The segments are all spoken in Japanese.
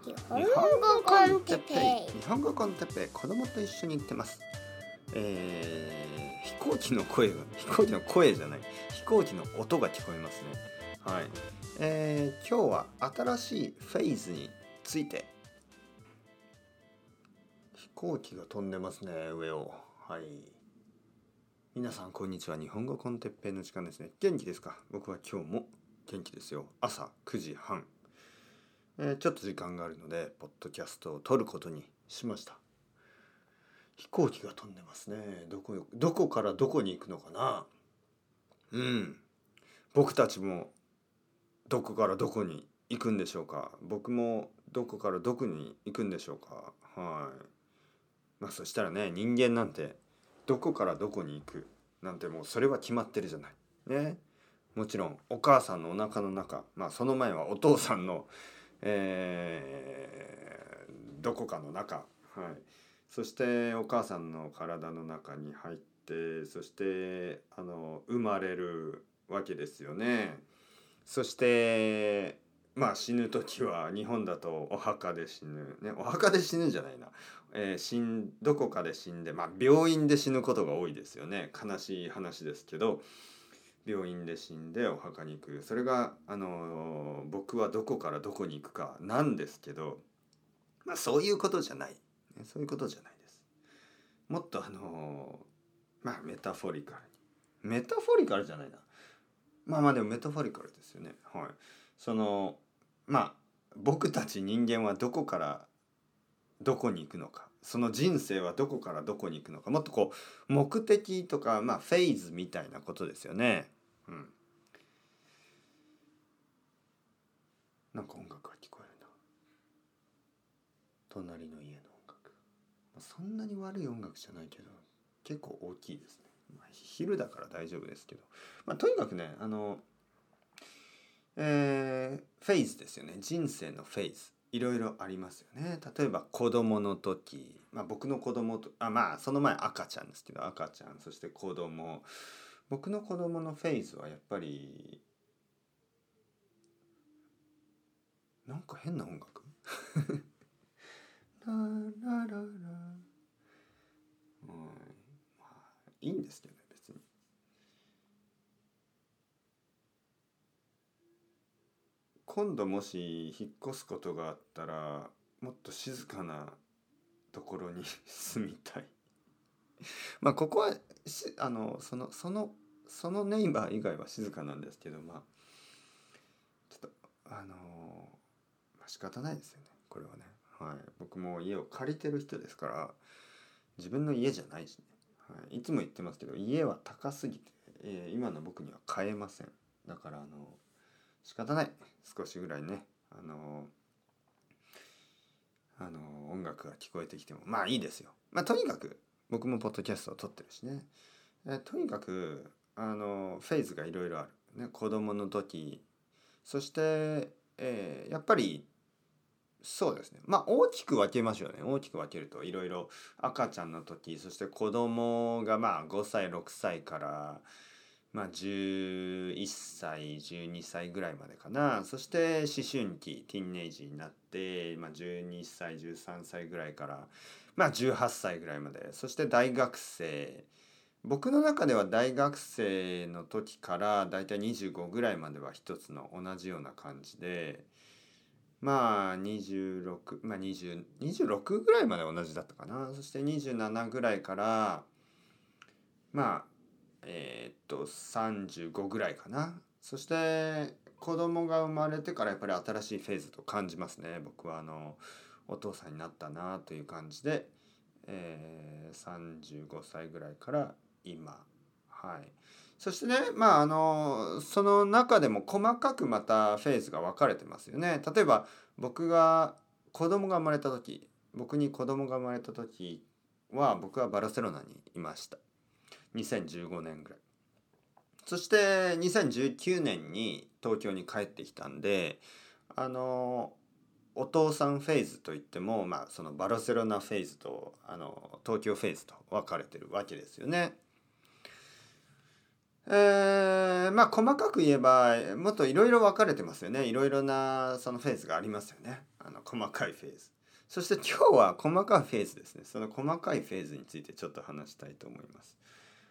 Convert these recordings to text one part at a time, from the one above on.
日本語コンテッペイ。 日本語コンテッペイ、子供と一緒に行ってます。飛行機の声じゃない、飛行機の音が聞こえますね。はい。今日は新しいフェーズについて。飛行機が飛んでますね、上を。はい。皆さんこんにちは。日本語コンテッペイの時間ですね。元気ですか？僕は今日も元気ですよ。朝9時半。ちょっと時間があるのでポッドキャストを撮ることにしました。飛行機が飛んでますね。どこからどこに行くのかな。僕たちもどこからどこに行くんでしょうか。僕もどこからどこに行くんでしょうか。そしたらね、人間なんてどこからどこに行くなんてもうそれは決まってるじゃないね。もちろんお母さんのお腹の中、その前はお父さんのどこかの中、そしてお母さんの体の中に入って、そして生まれるわけですよね。そして死ぬ時は日本だとお墓で死ぬ、ね、お墓で死ぬじゃないな、どこかで死んで、病院で死ぬことが多いですよね。悲しい話ですけど、病院で死んでお墓に行く、それが僕はどこからどこに行くかなんですけど、そういうことじゃない、そういうことじゃないです。もっとメタフォリカルじゃないな、でもメタフォリカルですよね。僕たち人間はどこからどこに行くのか、その人生はどこからどこに行くのか、もっと目的とかフェーズみたいなことですよね。なんか音楽が聞こえるな。隣の家の音楽、そんなに悪い音楽じゃないけど結構大きいですね。昼だから大丈夫ですけど、とにかくね、フェーズですよね。人生のフェーズいろいろありますよね。例えば子供の時、僕の子供とその前赤ちゃんですけど、赤ちゃん、そして子供。僕の子供のフェーズはやっぱりなんか変な音楽ララララ、いいんですけどね、別に。今度もし引っ越すことがあったらもっと静かなところに住みたい。ここはそのネイバー以外は静かなんですけど、ちょっと仕方ないですよね、これはね。僕も家を借りてる人ですから、自分の家じゃないしね。いつも言ってますけど、家は高すぎて、今の僕には買えません。だから仕方ない、少しぐらいね、音楽が聞こえてきてもいいですよ。とにかく僕もポッドキャストを撮ってるしね。とにかくフェーズがいろいろある、ね、子供の時、そして、やっぱりそうですね、大きく分けましょうね。大きく分けるといろいろ、赤ちゃんの時、そして子供が5歳6歳から11歳12歳ぐらいまでかな。そして思春期ティーンエイジになって、12歳13歳ぐらいから18歳ぐらいまで。そして大学生、僕の中では大学生の時からだいたい25ぐらいまでは一つの同じような感じで、26、26ぐらいまで同じだったかな。そして27ぐらいから35ぐらいかな。そして子供が生まれてからやっぱり新しいフェーズと感じますね。僕はお父さんになったなという感じで、35歳ぐらいから今、そしてね、その中でも細かくまたフェーズが分かれてますよね。例えば僕に子供が生まれた時は僕はバルセロナにいました。2015年ぐらい。そして2019年に東京に帰ってきたんで、お父さんフェーズといっても、そのバルセロナフェーズと東京フェーズと分かれてるわけですよね。 まあ細かく言えばもっといろいろ分かれてますよね。いろいろなそのフェーズがありますよね。細かいフェーズ。そして今日は細かいフェーズですね。その細かいフェーズについてちょっと話したいと思います。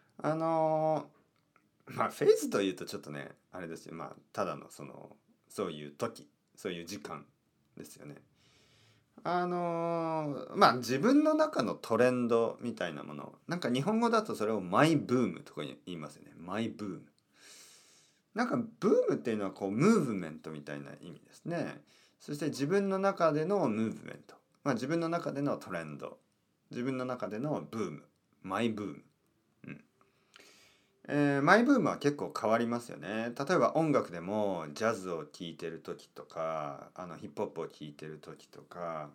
まあフェーズというとちょっとねあれですよ。まあただのそういう時、そういう時間ですよね。まあ自分の中のトレンドみたいなもの、なんか日本語だとそれをマイブームとか言いますよね。マイブーム。なんかブームっていうのはこうムーブメントみたいな意味ですね。そして自分の中でのムーブメント、まあ自分の中でのトレンド、自分の中でのブーム、マイブーム。うんマイブームは結構変わりますよね。例えば音楽でもジャズを聴いてる時とかヒップホップを聴いてる時とか、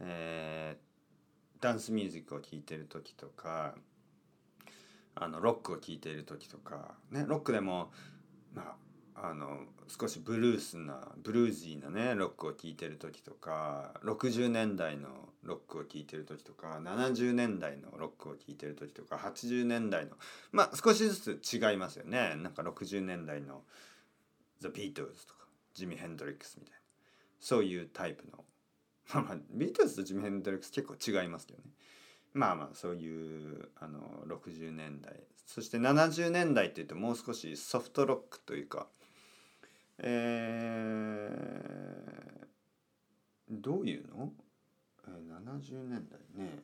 ダンスミュージックを聴いてる時とかロックを聴いている時とかね、ロックでもま少しブルージーなねロックを聴いてる時とか60年代のロックを聴いてる時とか70年代のロックを聴いてる時とか80年代のまあ少しずつ違いますよね。なんか60年代のザ・ビートルズとかジミー・ヘンドリックスみたいなそういうタイプのまあビートルズとジミー・ヘンドリックス結構違いますけどね。まあまあそういう60年代そして70年代っていうともう少しソフトロックというかどういうの、70年代ね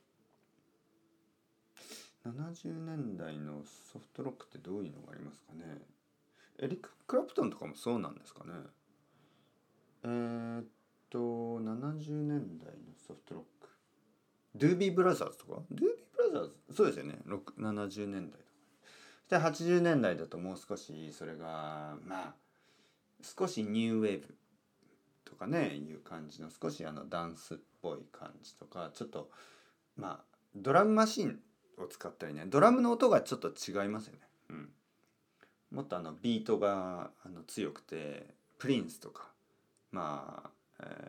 70年代のソフトロックってどういうのがありますかね。エリック・クラプトンとかもそうなんですかね。70年代のソフトロックドゥービーブラザーズとかドゥービーブラザーズそうですよね70年代とかで80年代だともう少しそれがまあ少しニューウェーブとかねいう感じの少しダンスっぽい感じとかちょっとまあドラムマシンを使ったりねドラムの音がちょっと違いますよね。もっとビートが強くてプリンスとかまあ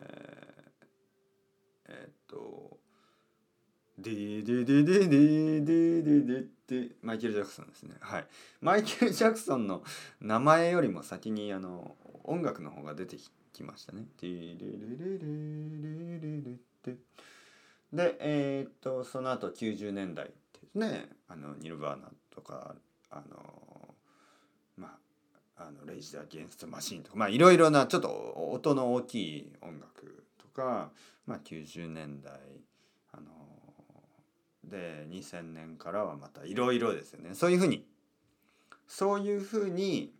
ディディディディディディディディってマイケル・ジャクソンですね。はい。マイケル・ジャクソンの名前よりも先に音楽の方が出てきましたね。ディディディディディディディディでその後90年代ですね。ニルヴァーナとかまあレイジ・アゲンスト・マシーンとかまあいろいろなちょっと音の大きい音楽とかまあ90年代で2000年からはまたいろいろですよね。そういうふうに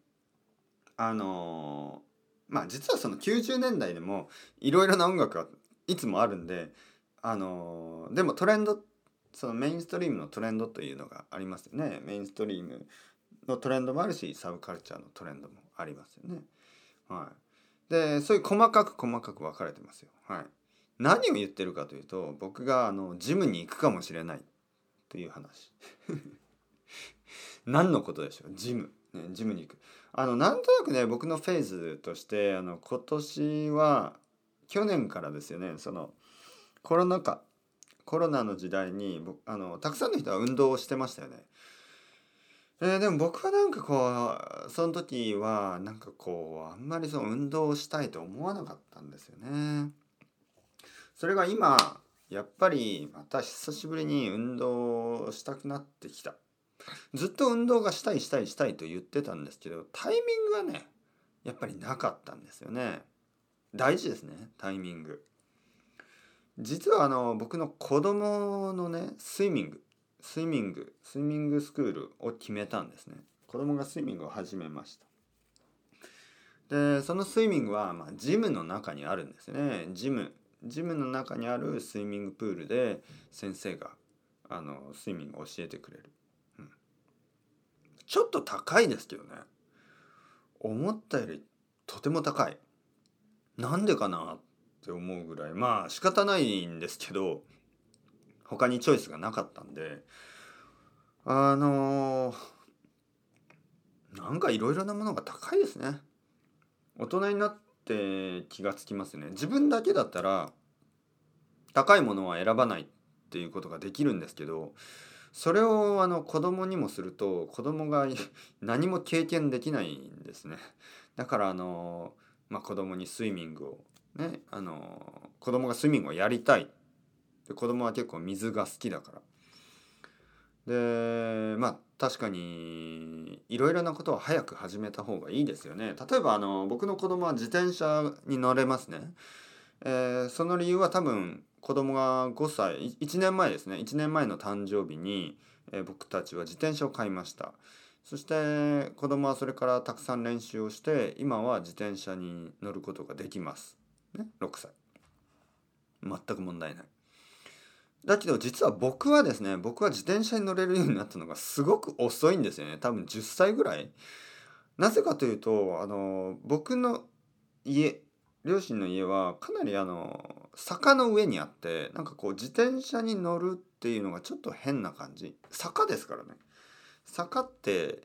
まあ実はその90年代でもいろいろな音楽がいつもあるんででもトレンドそのメインストリームのトレンドというのがありますよね。メインストリームのトレンドもあるしサブカルチャーのトレンドもありますよね。はい。でそういう細かく分かれてますよ。はい。何を言ってるかというと僕がジムに行くかもしれないという話何のことでしょうジム、ね、ジムに行くなんとなくね僕のフェーズとして今年は去年からですよねそのコロナの時代にたくさんの人は運動をしてましたよね。でも僕はなんかこうその時はなんかこうあんまりその運動をしたいと思わなかったんですよね。それが今やっぱりまた久しぶりに運動したくなってきた。ずっと運動がしたいと言ってたんですけどタイミングがねやっぱりなかったんですよね。大事ですねタイミング。実は僕の子供のねスイミングスクールを決めたんですね。子供がスイミングを始めました。でそのスイミングは、まあ、ジムの中にあるんですね。ジムの中にあるスイミングプールで先生がスイミングを教えてくれる、ちょっと高いですけどね思ったよりとても高い。なんでかなって思うぐらいまあ仕方ないんですけど他にチョイスがなかったんでなんかいろいろなものが高いですね。大人になって気がつきますね。自分だけだったら高いものは選ばないっていうことができるんですけどそれを子供にもすると子供が何も経験できないんですね。だから子供にスイミングをね、子供がスイミングをやりたい。で子供は結構水が好きだから。で確かにいろいろなことは早く始めた方がいいですよね。例えば僕の子供は自転車に乗れますね。その理由は多分子供が5歳1年前ですね、1年前の誕生日に、僕たちは自転車を買いました。そして子供はそれからたくさん練習をして今は自転車に乗ることができます、ね、6歳。全く問題ない。だけど実は僕は自転車に乗れるようになったのがすごく遅いんですよね。多分10歳ぐらい。なぜかというと僕の家両親の家はかなり坂の上にあって、なんかこう自転車に乗るっていうのがちょっと変な感じ。坂ですからね。坂って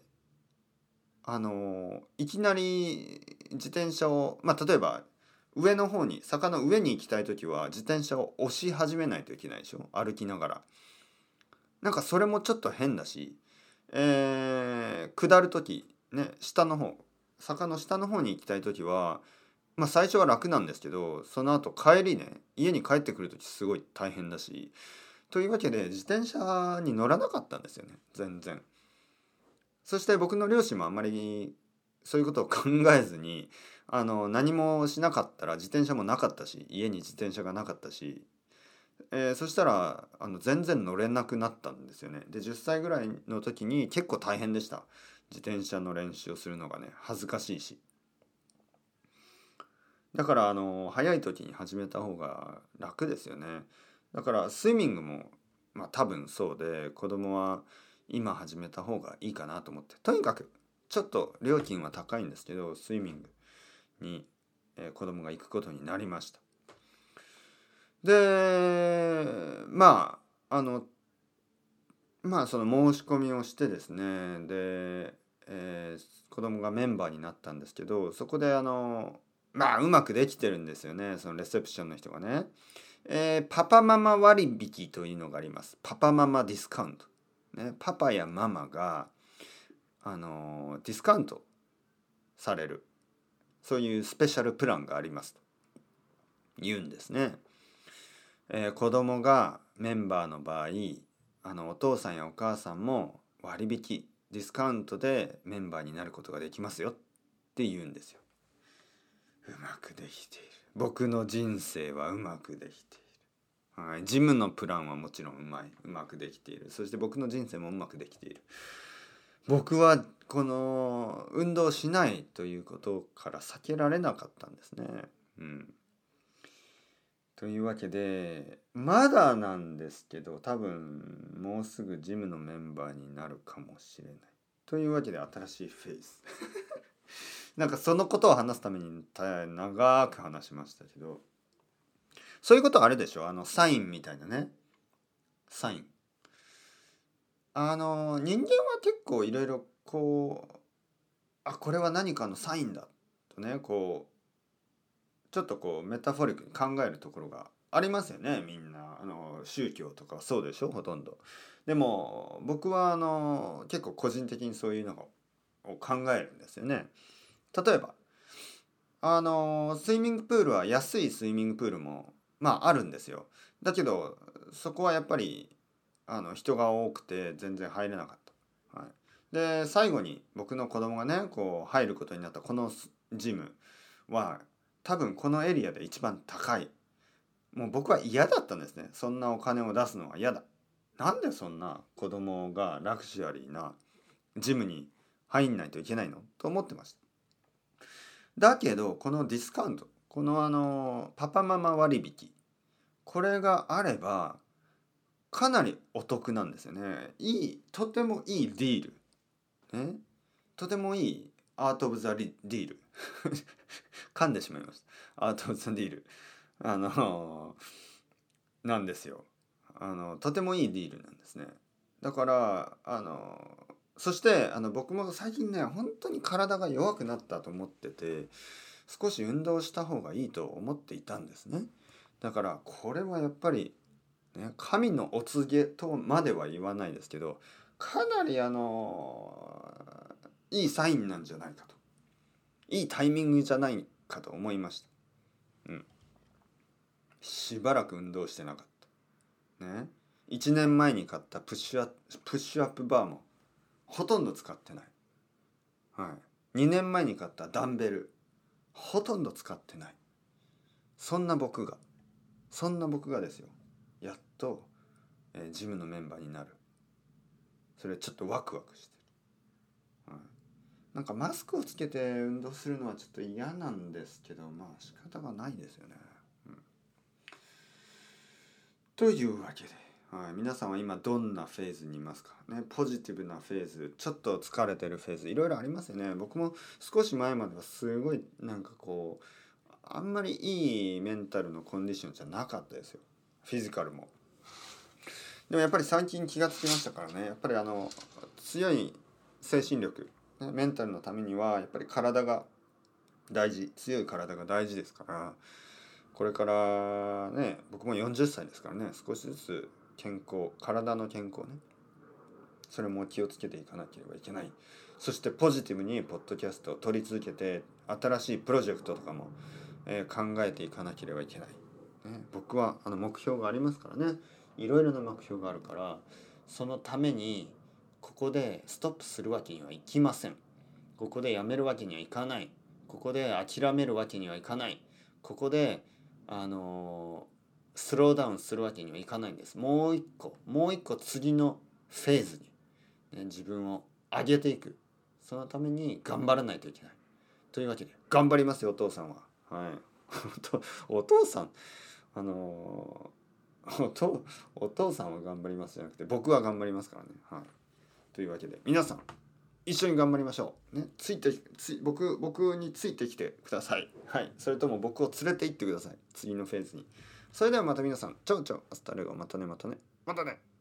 いきなり自転車を例えば坂の上に行きたい時は自転車を押し始めないといけないでしょ、歩きながら。なんかそれもちょっと変だし、下る時ね、坂の下の方に行きたい時は最初は楽なんですけど、その後帰りね、家に帰ってくる時すごい大変だし、というわけで自転車に乗らなかったんですよね、全然。そして僕の両親もあんまりそういうことを考えずに何もしなかったら自転車もなかったし、家に自転車がなかったし、そしたら全然乗れなくなったんですよね。で10歳ぐらいの時に結構大変でした。自転車の練習をするのがね、恥ずかしいし。だから早い時に始めた方が楽ですよね。だからスイミングも多分そうで、子供は今始めた方がいいかなと思って。とにかくちょっと料金は高いんですけど、スイミングに、子供が行くことになりました。でその申し込みをしてですね、で、子供がメンバーになったんですけど、そこでうまくできてるんですよね、そのレセプションの人がね。パパママ割引というのがあります。パパママディスカウント。ね、パパやママが、ディスカウントされる。そういうスペシャルプランがありますと言うんですね。子供がメンバーの場合、お父さんやお母さんも割引、ディスカウントでメンバーになることができますよって言うんですよ。うまくできている。僕の人生はうまくできている。はい、ジムのプランはもちろんうまくできている。そして僕の人生もうまくできている。僕はこの運動しないということから避けられなかったんですね。というわけでまだなんですけど、多分もうすぐジムのメンバーになるかもしれない。というわけで新しいフェイスなんかそのことを話すために長く話しましたけど、そういうことあるでしょ、サインみたいなね。サイン人間は結構いろいろこれは何かのサインだとね、ちょっとメタフォリックに考えるところがありますよね、みんな。宗教とかそうでしょ、ほとんど。でも僕は結構個人的にそういうのを考えるんですよね。例えばスイミングプールは安いスイミングプールもあるんですよ。だけどそこはやっぱり人が多くて全然入れなかった。はい、で最後に僕の子供がね入ることになったこのジムは多分このエリアで一番高い。もう僕は嫌だったんですね。そんなお金を出すのは嫌だ。なんでそんな子供がラクシュアリーなジムに入んないといけないのと思ってました。だけどこのディスカウント、このパパママ割引、これがあればかなりお得なんですよね。とてもいいディール、ね、とてもいいアート・オブ・ザ・ディール噛んでしまいました。アート・オブ・ザ・ディールなんですよ。とてもいいディールなんですね。だからそして僕も最近ね本当に体が弱くなったと思ってて、少し運動した方がいいと思っていたんですね。だからこれはやっぱりね、神のお告げとまでは言わないですけど、かなりいいサインなんじゃないかと、いいタイミングじゃないかと思いました。しばらく運動してなかったね。1年前に買ったプッシュアップバーもほとんど使ってない。2年前に買ったダンベルほとんど使ってない。そんな僕がですよ、やっと、ジムのメンバーになる。それちょっとワクワクしてる。なんかマスクをつけて運動するのはちょっと嫌なんですけど、まあ仕方がないですよね。というわけで、皆さんは今どんなフェーズにいますかね。ポジティブなフェーズ、ちょっと疲れてるフェーズ、いろいろありますよね。僕も少し前まではすごいなんかこうあんまりいいメンタルのコンディションじゃなかったですよ、フィジカルも。でもやっぱり最近気がつきましたからね。やっぱり強い精神力、メンタルのためにはやっぱり体が大事、強い体が大事ですから、これからね、僕も40歳ですからね、少しずつ体の健康ね、それも気をつけていかなければいけない。そしてポジティブにポッドキャストを取り続けて、新しいプロジェクトとかも、考えていかなければいけない、僕は目標がありますからね。いろいろな目標があるから、そのためにここでストップするわけにはいきません。ここでやめるわけにはいかない。ここで諦めるわけにはいかない。ここでスローダウンするわけにはいかないんです。もう一個次のフェーズに、自分を上げていく。そのために頑張らないといけない。というわけで頑張りますよ、お父さんは。お父さんお父さんは頑張りますじゃなくて、僕は頑張りますからね。というわけで皆さん一緒に頑張りましょう。ね、僕についてきてください。それとも僕を連れて行ってください。次のフェーズに。それではまた皆さん、チャオチャオ、アスタレゴ、またね。